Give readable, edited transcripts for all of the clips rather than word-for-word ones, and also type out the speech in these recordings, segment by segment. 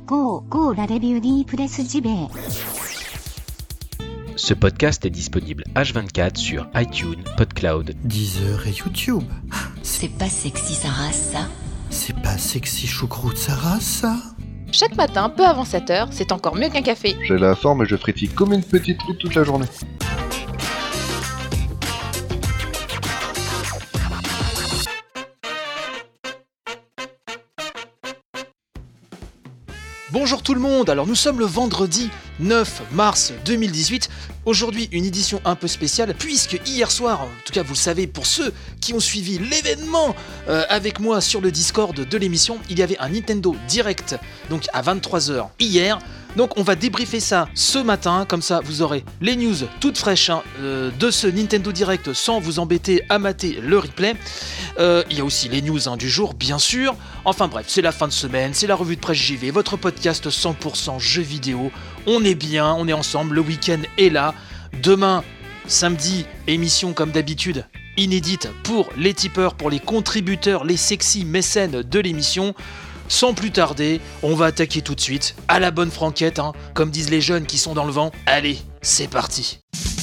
Go la review di Presse JB. Ce podcast est disponible H24 sur iTunes, PodCloud, Deezer et YouTube. C'est pas sexy sa race, ça. C'est pas sexy choucroute sa race, ça. Chaque matin, peu avant 7h, c'est encore mieux qu'un café. J'ai la forme et je frétille comme une petite truite toute la journée. Bonjour tout le monde, alors nous sommes le vendredi 9 mars 2018. Aujourd'hui une édition un peu spéciale puisque hier soir, en tout cas vous le savez pour ceux qui ont suivi l'événement avec moi sur le Discord de l'émission, il y avait un Nintendo Direct donc à 23h hier. Donc on va débriefer ça ce matin, comme ça vous aurez les news toutes fraîches de ce Nintendo Direct sans vous embêter à mater le replay. Il y a aussi les news du jour bien sûr. Enfin bref, c'est la fin de semaine, c'est la revue de presse JV, votre podcast 100% jeux vidéo. On est bien, on est ensemble, le week-end est là. Demain, samedi, émission comme d'habitude, inédite pour les tipeurs, pour les contributeurs, les sexy mécènes de l'émission. Sans plus tarder, on va attaquer tout de suite, à la bonne franquette, comme disent les jeunes qui sont dans le vent. Allez, c'est parti.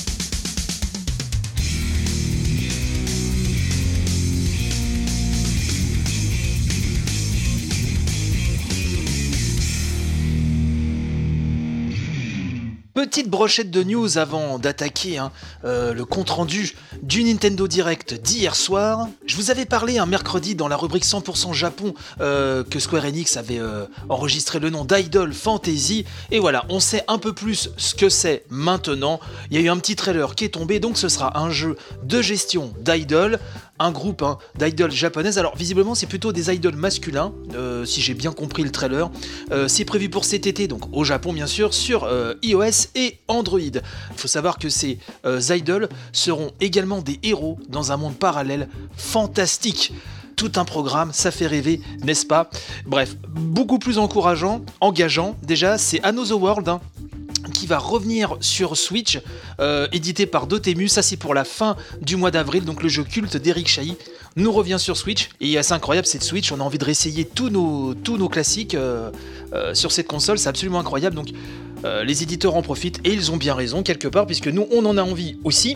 Petite brochette de news avant d'attaquer le compte-rendu du Nintendo Direct d'hier soir. Je vous avais parlé un mercredi dans la rubrique 100% Japon que Square Enix avait enregistré le nom d'Idol Fantasy. Et voilà, on sait un peu plus ce que c'est maintenant. Il y a eu un petit trailer qui est tombé, donc ce sera un jeu de gestion d'Idol. Un groupe d'idoles japonaises. Alors visiblement c'est plutôt des idoles masculins, si j'ai bien compris le trailer. C'est prévu pour cet été, donc au Japon bien sûr, sur iOS et Android. Il faut savoir que ces idoles seront également des héros dans un monde parallèle fantastique. Tout un programme, ça fait rêver, n'est-ce pas? Bref, beaucoup plus engageant. Déjà, c'est Another World, qui va revenir sur Switch, édité par Dotemu. Ça c'est pour la fin du mois d'avril, donc le jeu culte d'Eric Chahi nous revient sur Switch, et c'est incroyable cette Switch, on a envie de réessayer tous nos classiques sur cette console, c'est absolument incroyable, donc les éditeurs en profitent, et ils ont bien raison quelque part, puisque nous on en a envie aussi.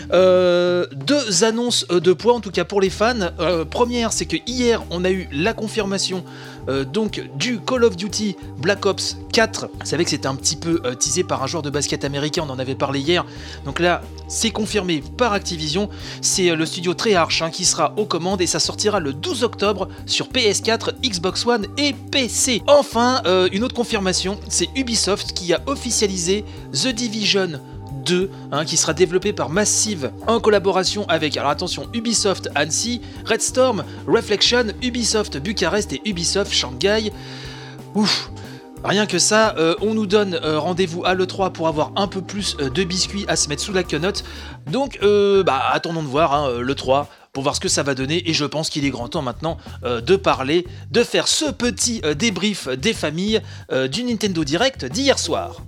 Deux annonces de poids en tout cas pour les fans. Première, c'est que hier on a eu la confirmation donc du Call of Duty Black Ops 4. Vous savez que c'était un petit peu teasé par un joueur de basket américain, on en avait parlé hier. Donc là c'est confirmé par Activision, c'est le studio Treyarch qui sera aux commandes, et ça sortira le 12 octobre sur PS4, Xbox One et PC. Enfin, une autre confirmation, c'est Ubisoft qui a officialisé The Division 2, qui sera développé par Massive en collaboration avec, alors attention, Ubisoft Annecy, Red Storm, Reflection, Ubisoft Bucarest et Ubisoft Shanghai. Ouf, rien que ça, on nous donne rendez-vous à l'E3 pour avoir un peu plus de biscuits à se mettre sous la quenotte. Donc attendons de voir l'E3 pour voir ce que ça va donner, et je pense qu'il est grand temps maintenant de faire ce petit débrief des familles du Nintendo Direct d'hier soir.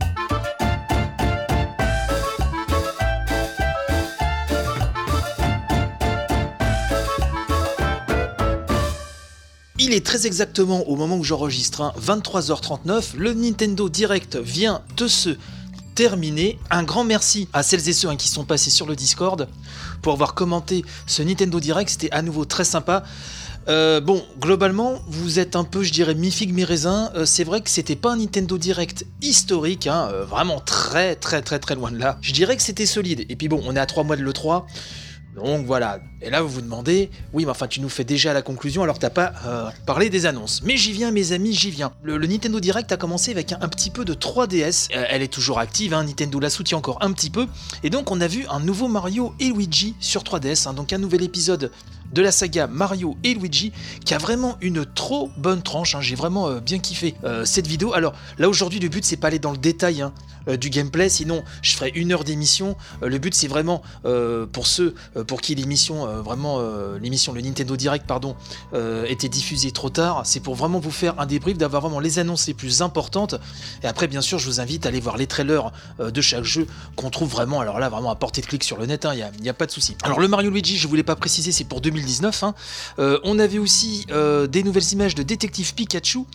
Il est très exactement au moment où j'enregistre, 23h39, le Nintendo Direct vient de se terminer. Un grand merci à celles et ceux qui sont passés sur le Discord pour avoir commenté ce Nintendo Direct, c'était à nouveau très sympa. Globalement, vous êtes un peu, je dirais, mi-figue, mi-raisin. C'est vrai que c'était pas un Nintendo Direct historique, vraiment très très très très loin de là. Je dirais que c'était solide. Et puis bon, on est à 3 mois de l'E3. Donc voilà, et là vous vous demandez, oui mais enfin tu nous fais déjà la conclusion alors que t'as pas parlé des annonces. Mais j'y viens mes amis, j'y viens. Le Nintendo Direct a commencé avec un petit peu de 3DS, elle est toujours active, Nintendo la soutient encore un petit peu, et donc on a vu un nouveau Mario et Luigi sur 3DS, donc un nouvel épisode de la saga Mario et Luigi qui a vraiment une trop bonne tranche, j'ai vraiment bien kiffé cette vidéo. Alors là aujourd'hui le but c'est pas aller dans le détail du gameplay, sinon je ferai 1 heure d'émission. Le but c'est vraiment pour ceux pour qui l'émission le Nintendo Direct était diffusée trop tard, c'est pour vraiment vous faire un débrief, d'avoir vraiment les annonces les plus importantes, et après bien sûr je vous invite à aller voir les trailers de chaque jeu qu'on trouve vraiment, alors là vraiment à portée de clic sur le net, il n'y a pas de souci. Alors le Mario Luigi, je voulais pas préciser, c'est pour 2019. On avait aussi des nouvelles images de Détective Pikachu.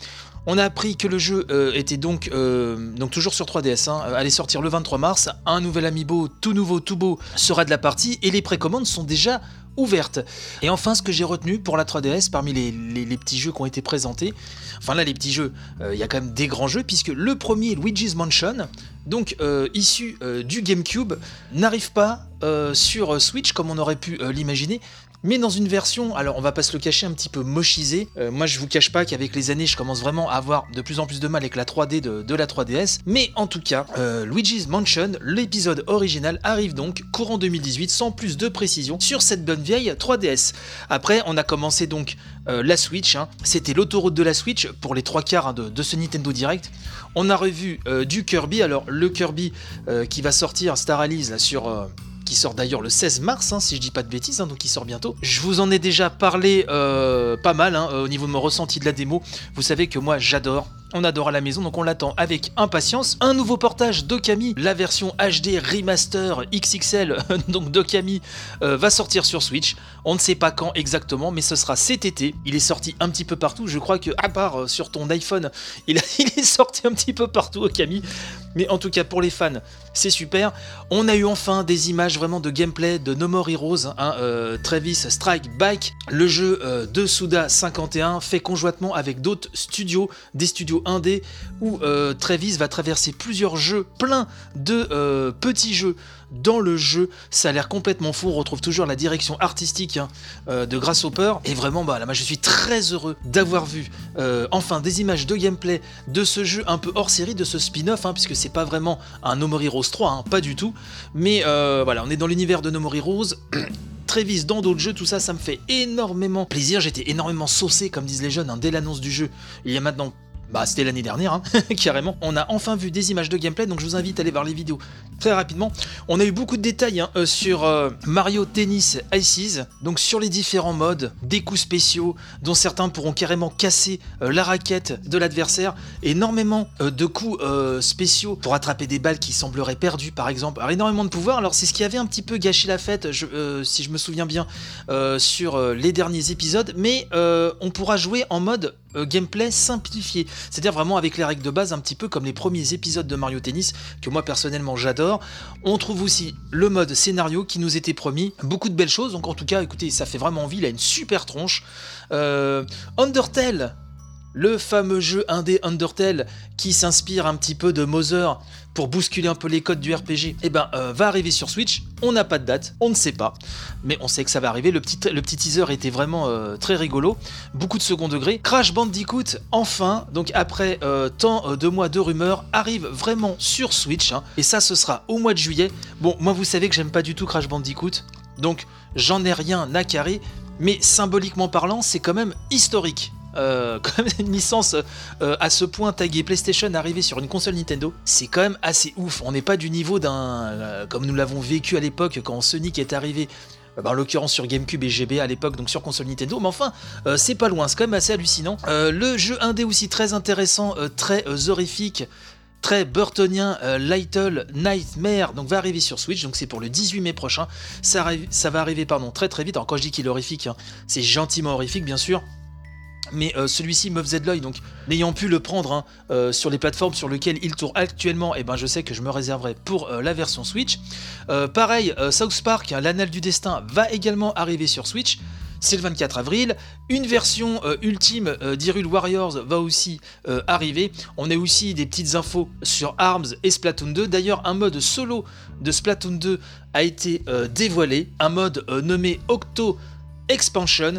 On a appris que le jeu était donc toujours sur 3DS, allait sortir le 23 mars. Un nouvel amiibo tout nouveau, tout beau sera de la partie et les précommandes sont déjà ouvertes. Et enfin, ce que j'ai retenu pour la 3DS parmi les petits jeux qui ont été présentés, enfin là les petits jeux, il y a quand même des grands jeux puisque le premier Luigi's Mansion, donc issu du GameCube, n'arrive pas sur Switch comme on aurait pu l'imaginer, mais dans une version, alors on va pas se le cacher, un petit peu mochisée. Moi je vous cache pas qu'avec les années je commence vraiment à avoir de plus en plus de mal avec la 3D de la 3DS, mais en tout cas Luigi's Mansion, l'épisode original, arrive donc courant 2018 sans plus de précision sur cette bonne vieille 3DS. Après on a commencé donc la Switch, c'était l'autoroute de la Switch pour les 3/4 de ce Nintendo Direct. On a revu du Kirby, alors le Kirby qui va sortir Star Allies là, qui sort d'ailleurs le 16 mars, si je dis pas de bêtises, donc il sort bientôt. Je vous en ai déjà parlé pas mal au niveau de mon ressenti de la démo. Vous savez que moi j'adore. On adore à la maison, donc on l'attend avec impatience. Un nouveau portage d'Okami, la version HD Remaster XXL donc d'Okami va sortir sur Switch. On ne sait pas quand exactement, mais ce sera cet été. Il est sorti un petit peu partout, je crois que à part sur ton iPhone, il est sorti un petit peu partout Okami. Mais en tout cas pour les fans, c'est super. On a eu enfin des images vraiment de gameplay de No More Heroes, Travis Strike Back, le jeu de Suda 51 fait conjointement avec d'autres studios, des studios indé où Travis va traverser plusieurs jeux, plein de petits jeux dans le jeu. Ça a l'air complètement fou. On retrouve toujours la direction artistique de Grasshopper et vraiment là moi je suis très heureux d'avoir vu enfin des images de gameplay de ce jeu un peu hors série, de ce spin-off, puisque c'est pas vraiment un No More Heroes 3, pas du tout, mais voilà, on est dans l'univers de No More Heroes. Travis dans d'autres jeux, tout ça, ça me fait énormément plaisir. J'étais énormément saucé, comme disent les jeunes, dès l'annonce du jeu il y a maintenant, c'était l'année dernière, carrément. On a enfin vu des images de gameplay, donc je vous invite à aller voir les vidéos très rapidement. On a eu beaucoup de détails sur Mario Tennis Aces, donc sur les différents modes, des coups spéciaux, dont certains pourront carrément casser la raquette de l'adversaire, énormément de coups spéciaux pour attraper des balles qui sembleraient perdues, par exemple. Alors énormément de pouvoir, alors c'est ce qui avait un petit peu gâché la fête, si je me souviens bien, sur les derniers épisodes, mais on pourra jouer en mode gameplay simplifié, c'est-à-dire vraiment avec les règles de base, un petit peu comme les premiers épisodes de Mario Tennis que moi personnellement j'adore. On trouve aussi le mode scénario qui nous était promis, beaucoup de belles choses, donc en tout cas écoutez, ça fait vraiment envie, il a une super tronche. Undertale, le fameux jeu indé Undertale qui s'inspire un petit peu de Mother pour bousculer un peu les codes du RPG, va arriver sur Switch. On n'a pas de date, on ne sait pas, mais on sait que ça va arriver. Le petit teaser était vraiment très rigolo, beaucoup de second degré. Crash Bandicoot, enfin, donc après tant de mois de rumeurs, arrive vraiment sur Switch, et ça ce sera au mois de juillet. Bon, moi vous savez que j'aime pas du tout Crash Bandicoot, donc j'en ai rien à carrer, mais symboliquement parlant, c'est quand même historique. Quand même une licence à ce point taguée PlayStation arrivée sur une console Nintendo, c'est quand même assez ouf. On n'est pas du niveau d'un comme nous l'avons vécu à l'époque quand Sonic est arrivé, en l'occurrence sur GameCube et GBA à l'époque, donc sur console Nintendo, mais enfin c'est pas loin, c'est quand même assez hallucinant. Le jeu indé aussi très intéressant, très horrifique, très burtonien, Little Nightmare, donc va arriver sur Switch, donc c'est pour le 18 mai prochain. Ça va arriver très très vite. Alors quand je dis qu'il est horrifique, c'est gentiment horrifique bien sûr. Mais celui-ci me faisait de l'œil, donc n'ayant pu le prendre sur les plateformes sur lesquelles il tourne actuellement, je sais que je me réserverai pour la version Switch. Pareil, South Park, l'Anal du Destin, va également arriver sur Switch. C'est le 24 avril. Une version ultime d'Hyrule Warriors va aussi arriver. On a aussi des petites infos sur ARMS et Splatoon 2. D'ailleurs, un mode solo de Splatoon 2 a été dévoilé. Un mode nommé Octo Expansion,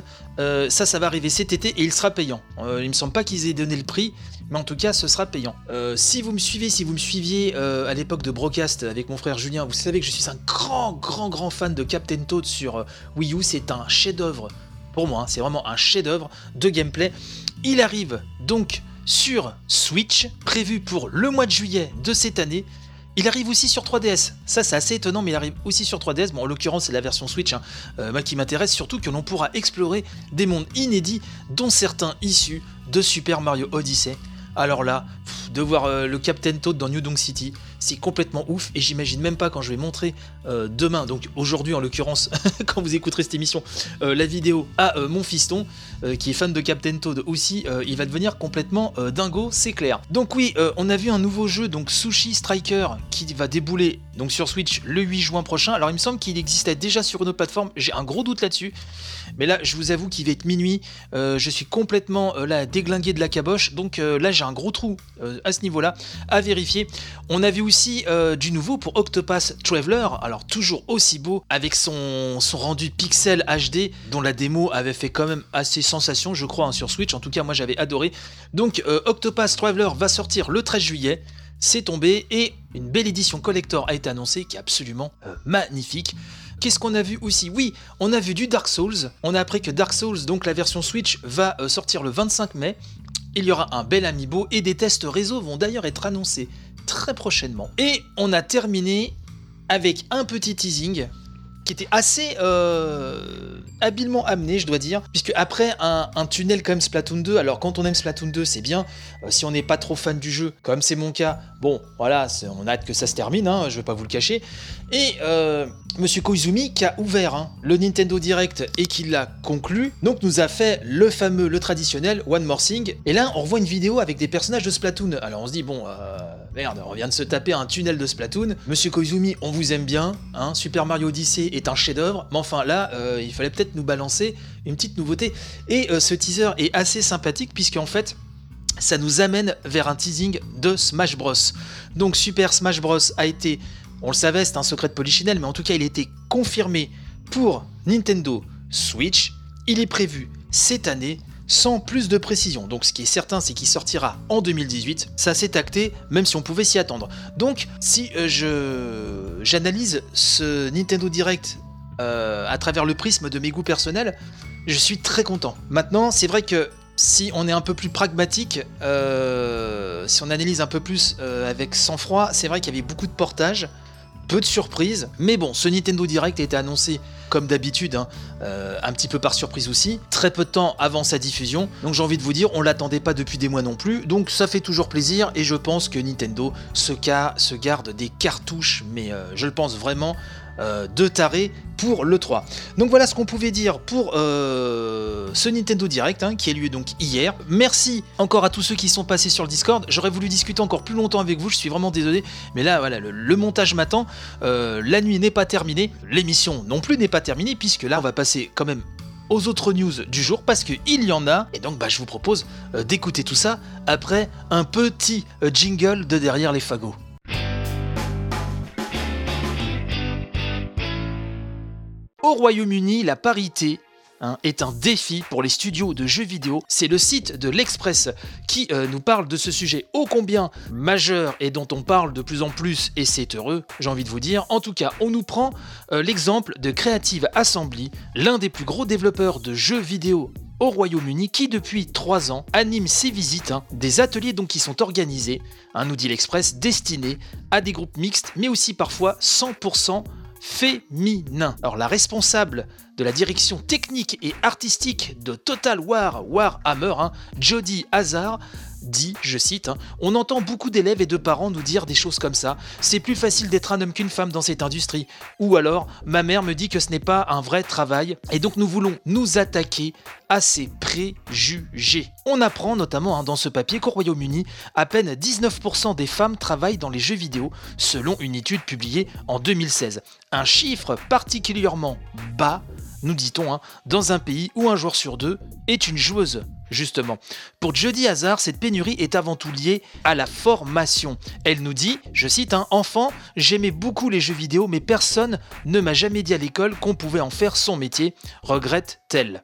ça va arriver cet été et il sera payant. Il me semble pas qu'ils aient donné le prix, mais en tout cas ce sera payant. Si vous me suiviez à l'époque de Broadcast avec mon frère Julien, vous savez que je suis un grand fan de Captain Toad sur Wii U. C'est un chef-d'œuvre pour moi, c'est vraiment un chef-d'œuvre de gameplay. Il arrive donc sur Switch, prévu pour le mois de juillet de cette année. Il arrive aussi sur 3DS, ça c'est assez étonnant, mais il arrive aussi sur 3DS, en l'occurrence c'est la version Switch, moi qui m'intéresse, surtout que l'on pourra explorer des mondes inédits, dont certains issus de Super Mario Odyssey. Alors là, de voir le Captain Toad dans New Donk City, c'est complètement ouf et j'imagine même pas quand je vais montrer demain, donc aujourd'hui en l'occurrence, quand vous écouterez cette émission, la vidéo à mon fiston qui est fan de Captain Toad aussi, il va devenir complètement dingo, c'est clair. Donc oui, on a vu un nouveau jeu, donc Sushi Striker, qui va débouler donc sur Switch le 8 juin prochain. Alors il me semble qu'il existait déjà sur une autre plateforme, j'ai un gros doute là-dessus, mais là je vous avoue qu'il va être minuit, je suis complètement là déglingué de la caboche, donc là j'ai un gros trou à ce niveau-là à vérifier. On a vu aussi du nouveau pour Octopath Traveler, alors toujours aussi beau, avec son rendu pixel HD, dont la démo avait fait quand même assez sensation, je crois, hein, sur Switch. En tout cas, moi j'avais adoré. Donc Octopath Traveler va sortir le 13 juillet, c'est tombé, et une belle édition collector a été annoncée qui est absolument magnifique. Qu'est-ce qu'on a vu aussi? Oui, on a vu du Dark Souls. On a appris que Dark Souls, donc la version Switch, va sortir le 25 mai. Il y aura un bel amiibo et des tests réseau vont d'ailleurs être annoncés très prochainement. Et on a terminé avec un petit teasing qui était assez habilement amené, je dois dire, puisque après un tunnel comme Splatoon 2, alors quand on aime Splatoon 2 c'est bien, si on n'est pas trop fan du jeu, comme c'est mon cas, bon voilà, on a hâte que ça se termine, hein, je vais pas vous le cacher, et Monsieur Koizumi qui a ouvert le Nintendo Direct et qui l'a conclu, donc nous a fait le traditionnel One More Thing, et là on revoit une vidéo avec des personnages de Splatoon, alors on se dit bon, merde, on vient de se taper un tunnel de Splatoon, Monsieur Koizumi on vous aime bien, hein, Super Mario Odyssey est un chef-d'œuvre, mais enfin là il fallait peut-être nous balancer une petite nouveauté, et ce teaser est assez sympathique puisque en fait ça nous amène vers un teasing de Smash Bros. Donc Super Smash Bros a été, on le savait, c'est un secret de Polichinelle, mais en tout cas il a été confirmé pour Nintendo Switch, il est prévu cette année, sans plus de précision. Donc ce qui est certain, c'est qu'il sortira en 2018, ça s'est acté, même si on pouvait s'y attendre. Donc si j'analyse ce Nintendo Direct à travers le prisme de mes goûts personnels, je suis très content. Maintenant, c'est vrai que si on est un peu plus pragmatique, si on analyse un peu plus avec sang-froid, c'est vrai qu'il y avait beaucoup de portages, peu de surprises, mais bon, ce Nintendo Direct a été annoncé comme d'habitude, un petit peu par surprise aussi, très peu de temps avant sa diffusion, donc j'ai envie de vous dire, on l'attendait pas depuis des mois non plus, donc ça fait toujours plaisir, et je pense que Nintendo se garde des cartouches, mais je le pense vraiment, de taré pour l'E3. Donc voilà ce qu'on pouvait dire pour ce Nintendo Direct qui a eu lieu donc hier. Merci encore à tous ceux qui sont passés sur le Discord. J'aurais voulu discuter encore plus longtemps avec vous, je suis vraiment désolé, mais là voilà, le montage m'attend. La nuit n'est pas terminée, l'émission non plus n'est pas terminée, puisque là on va passer quand même aux autres news du jour, parce qu'il y en a, et donc je vous propose d'écouter tout ça après un petit jingle de derrière les fagots. Au Royaume-Uni, la parité est un défi pour les studios de jeux vidéo. C'est le site de l'Express qui nous parle de ce sujet ô combien majeur et dont on parle de plus en plus, et c'est heureux, j'ai envie de vous dire. En tout cas, on nous prend l'exemple de Creative Assembly, l'un des plus gros développeurs de jeux vidéo au Royaume-Uni, qui depuis 3 ans anime ses visites, des ateliers donc qui sont organisés, nous dit l'Express, destinés à des groupes mixtes, mais aussi parfois 100% féminin. Alors la responsable de la direction technique et artistique de Total War Warhammer, Jody Hazard, dit, je cite, on entend beaucoup d'élèves et de parents nous dire des choses comme ça, c'est plus facile d'être un homme qu'une femme dans cette industrie, ou alors ma mère me dit que ce n'est pas un vrai travail, et donc nous voulons nous attaquer à ces préjugés. On apprend notamment dans ce papier qu'au Royaume-Uni, à peine 19% des femmes travaillent dans les jeux vidéo, selon une étude publiée en 2016. Un chiffre particulièrement bas, nous dit-on, dans un pays où un joueur sur 2 est une joueuse, justement. Pour Jody Hazard, cette pénurie est avant tout liée à la formation. Elle nous dit, je cite, enfant, j'aimais beaucoup les jeux vidéo, mais personne ne m'a jamais dit à l'école qu'on pouvait en faire son métier, regrette-t-elle.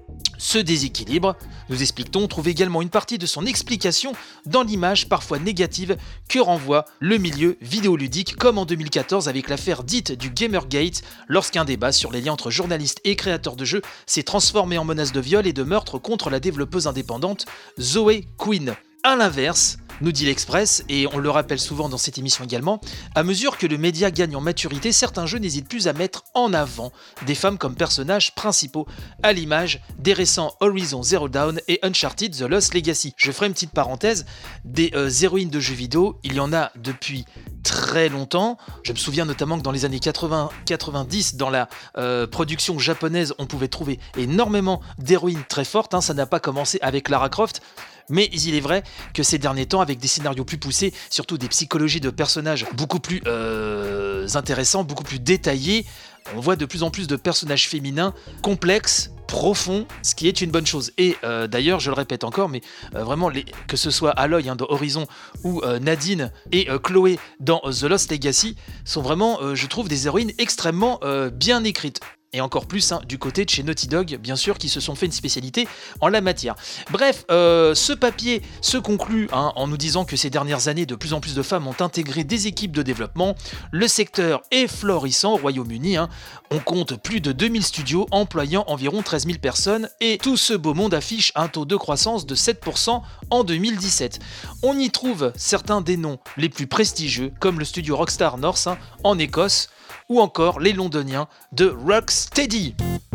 Ce déséquilibre, nous explique-t-on, trouve également une partie de son explication dans l'image parfois négative que renvoie le milieu vidéoludique, comme en 2014 avec l'affaire dite du Gamergate, lorsqu'un débat sur les liens entre journalistes et créateurs de jeux s'est transformé en menace de viol et de meurtre contre la développeuse indépendante Zoe Quinn. À l'inverse, nous dit l'Express, et on le rappelle souvent dans cette émission également, à mesure que le média gagne en maturité, certains jeux n'hésitent plus à mettre en avant des femmes comme personnages principaux, à l'image des récents Horizon Zero Dawn et Uncharted The Lost Legacy. Je ferai une petite parenthèse, des héroïnes de jeux vidéo, il y en a depuis très longtemps. Je me souviens notamment que dans les années 80-90, dans la production japonaise, on pouvait trouver énormément d'héroïnes très fortes, hein. Ça n'a pas commencé avec Lara Croft, mais il est vrai que ces derniers temps, avec des scénarios plus poussés, surtout des psychologies de personnages beaucoup plus intéressants, beaucoup plus détaillés, on voit de plus en plus de personnages féminins complexes, profonds, ce qui est une bonne chose. Et d'ailleurs, je le répète encore, mais vraiment, que ce soit Aloy dans Horizon ou Nadine et Chloé dans The Lost Legacy, sont vraiment, je trouve, des héroïnes extrêmement bien écrites. Et encore plus du côté de chez Naughty Dog, bien sûr, qui se sont fait une spécialité en la matière. Bref, ce papier se conclut en nous disant que ces dernières années, de plus en plus de femmes ont intégré des équipes de développement. Le secteur est florissant au Royaume-Uni. On compte plus de 2000 studios employant environ 13 000 personnes. Et tout ce beau monde affiche un taux de croissance de 7% en 2017. On y trouve certains des noms les plus prestigieux, comme le studio Rockstar North en Écosse, ou encore les londoniens de Rocksteady.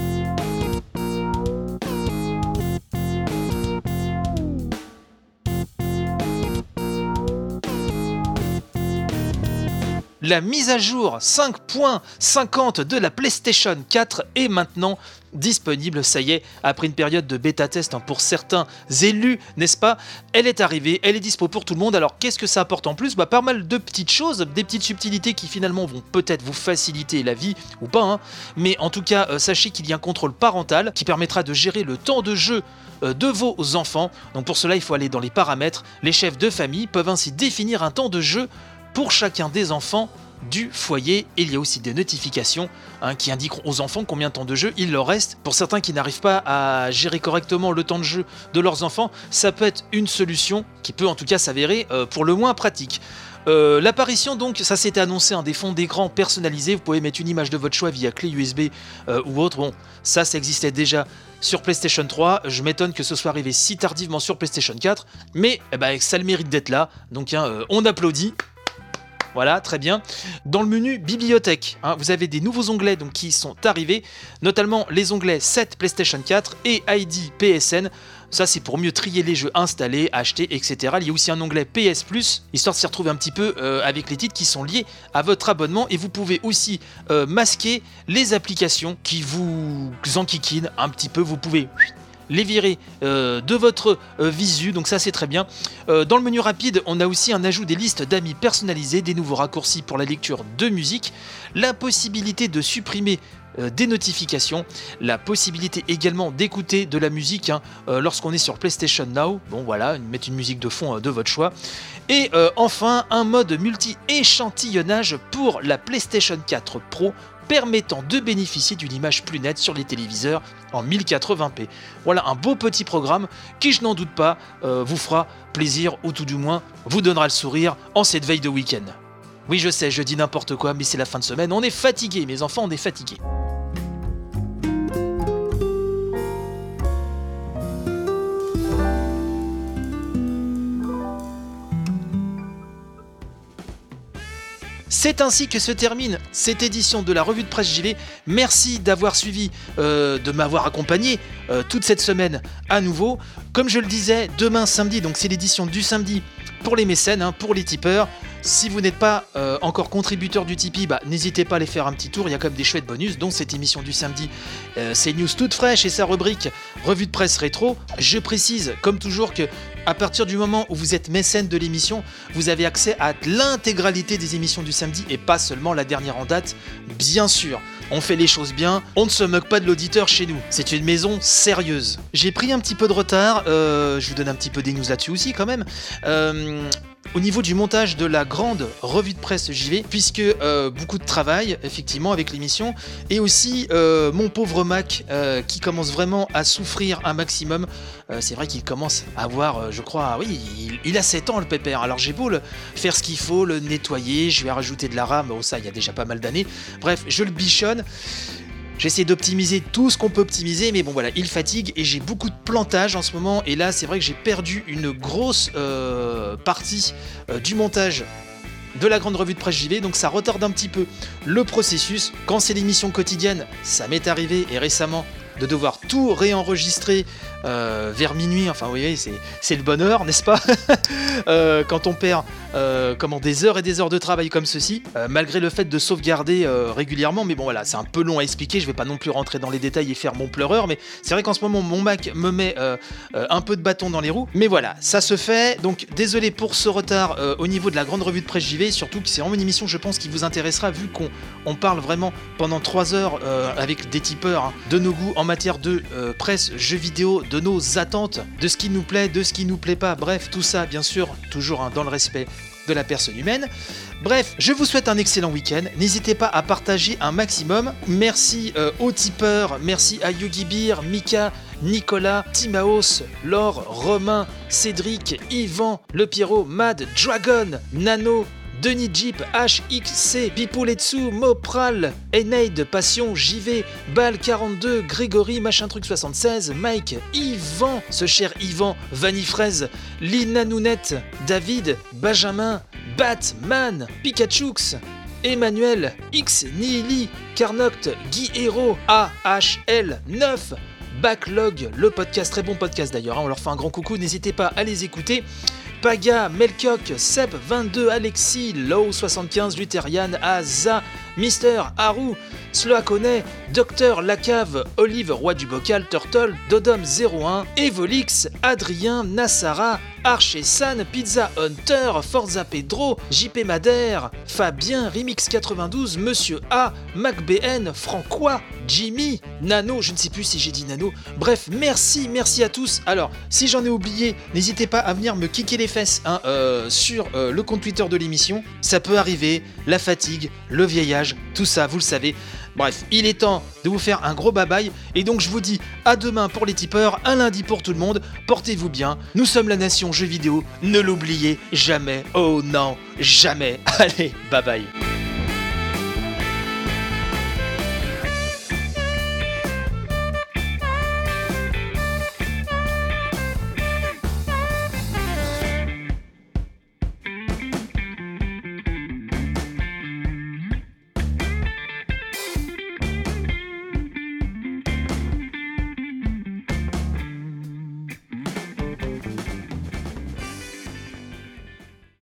La mise à jour 5.50 de la PlayStation 4 est maintenant disponible, ça y est, après une période de bêta-test pour certains élus, n'est-ce pas? Elle est arrivée, elle est dispo pour tout le monde. Alors qu'est-ce que ça apporte en plus? Pas mal de petites choses, des petites subtilités qui finalement vont peut-être vous faciliter la vie ou pas, mais en tout cas, sachez qu'il y a un contrôle parental qui permettra de gérer le temps de jeu de vos enfants. Donc pour cela, il faut aller dans les paramètres. Les chefs de famille peuvent ainsi définir un temps de jeu pour chacun des enfants du foyer. Il y a aussi des notifications qui indiqueront aux enfants combien de temps de jeu il leur reste. Pour certains qui n'arrivent pas à gérer correctement le temps de jeu de leurs enfants, ça peut être une solution qui peut en tout cas s'avérer pour le moins pratique. L'apparition, donc, ça s'était annoncé, des fonds d'écran personnalisés. Vous pouvez mettre une image de votre choix via clé USB ou autre. Bon, ça existait déjà sur PlayStation 3. Je m'étonne que ce soit arrivé si tardivement sur PlayStation 4, mais ça a le mérite d'être là. Donc, on applaudit. Voilà, très bien. Dans le menu bibliothèque, vous avez des nouveaux onglets qui sont arrivés, notamment les onglets 7 PlayStation 4 et ID PSN. Ça, c'est pour mieux trier les jeux installés, achetés, etc. Il y a aussi un onglet PS Plus, histoire de s'y retrouver un petit peu avec les titres qui sont liés à votre abonnement. Et vous pouvez aussi masquer les applications qui vous enquiquinent un petit peu. Vous pouvez les virer de votre visu, donc ça c'est très bien. Dans le menu rapide, on a aussi un ajout des listes d'amis personnalisées, des nouveaux raccourcis pour la lecture de musique, la possibilité de supprimer des notifications, la possibilité également d'écouter de la musique lorsqu'on est sur PlayStation Now. Bon voilà, mettre une musique de fond de votre choix. Et enfin, un mode multi-échantillonnage pour la PlayStation 4 Pro, permettant de bénéficier d'une image plus nette sur les téléviseurs en 1080p. Voilà un beau petit programme qui, je n'en doute pas, vous fera plaisir, ou tout du moins vous donnera le sourire en cette veille de week-end. Oui, je sais, je dis n'importe quoi, mais c'est la fin de semaine, on est fatigués, mes enfants, on est fatigués. C'est ainsi que se termine cette édition de la revue de presse JV. Merci d'avoir suivi, de m'avoir accompagné toute cette semaine à nouveau. Comme je le disais, demain samedi, donc c'est l'édition du samedi pour les mécènes, pour les tipeurs. Si vous n'êtes pas encore contributeur du Tipeee, n'hésitez pas à aller faire un petit tour, il y a quand même des chouettes bonus, dont cette émission du samedi, c'est news toute fraîche et sa rubrique revue de presse rétro. Je précise, comme toujours, que à partir du moment où vous êtes mécène de l'émission, vous avez accès à l'intégralité des émissions du samedi et pas seulement la dernière en date. Bien sûr, on fait les choses bien, on ne se moque pas de l'auditeur chez nous. C'est une maison sérieuse. J'ai pris un petit peu de retard, je vous donne un petit peu des news là-dessus aussi quand même. Au niveau du montage de la grande revue de presse JV, puisque beaucoup de travail, effectivement, avec l'émission, et aussi mon pauvre Mac qui commence vraiment à souffrir un maximum. C'est vrai qu'il commence à avoir, je crois, oui, il a 7 ans le pépère, alors j'ai beau faire ce qu'il faut, le nettoyer, je vais rajouter de la RAM, bon ça il y a déjà pas mal d'années, bref, je le bichonne. J'essaie d'optimiser tout ce qu'on peut optimiser, mais bon voilà, il fatigue et j'ai beaucoup de plantage en ce moment. Et là, c'est vrai que j'ai perdu une grosse partie du montage de la grande revue de presse JV, donc ça retarde un petit peu le processus. Quand c'est l'émission quotidienne, ça m'est arrivé et récemment de devoir tout réenregistrer vers minuit. Enfin, vous voyez, c'est le bonheur, n'est-ce pas? Quand on perd des heures et des heures de travail comme ceci, malgré le fait de sauvegarder régulièrement. Mais bon voilà, c'est un peu long à expliquer, je vais pas non plus rentrer dans les détails et faire mon pleureur, mais c'est vrai qu'en ce moment mon Mac me met un peu de bâton dans les roues. Mais voilà, ça se fait, donc désolé pour ce retard au niveau de la grande revue de presse JV, surtout que c'est vraiment une émission je pense qui vous intéressera vu qu'on parle vraiment pendant 3 heures avec des tipeurs de nos goûts en matière de presse, jeux vidéo, de nos attentes, de ce qui nous plaît, de ce qui nous plaît pas, bref tout ça bien sûr, toujours dans le respect de la personne humaine. Bref, je vous souhaite un excellent week-end. N'hésitez pas à partager un maximum. Merci aux tipeurs, merci à Yogi Beer, Mika, Nicolas, Timaos, Laure, Romain, Cédric, Yvan, Le Pierrot, Mad, Dragon, Nano, Denis Jeep, HXC, Pipoletsu, Mopral, Enaid, Passion, JV, Bal42, Grégory, Machin Truc 76, Mike, Yvan, ce cher Yvan, Vanifraise, Lina Nounette, David, Benjamin, Batman, Pikachux, Emmanuel, X Nihili, Carnoct, Guy Hero, AHL9, Backlog, le podcast, très bon podcast d'ailleurs, on leur fait un grand coucou, n'hésitez pas à les écouter. Paga, Melcock, Sep22, Alexis, Low75, Lutherian, Aza, Mister, Haru, Sloakone, Docteur Lacave, Olive, Roi du Bocal, Turtle, Dodom01, Evolix, Adrien, Nassara, Archesan, Pizza Hunter, Forza Pedro, JP Madère, Fabien, Remix92, Monsieur A, MacBN, Francois, Jimmy, Nano, je ne sais plus si j'ai dit Nano, bref, merci à tous. Alors, si j'en ai oublié, n'hésitez pas à venir me kicker les fesses sur le compte Twitter de l'émission, ça peut arriver, la fatigue, le vieillage, tout ça, vous le savez. Bref, il est temps de vous faire un gros bye-bye, et donc je vous dis à demain pour les tipeurs, à lundi pour tout le monde, portez-vous bien, nous sommes la nation jeux vidéo, ne l'oubliez jamais, oh non, jamais, allez, bye bye.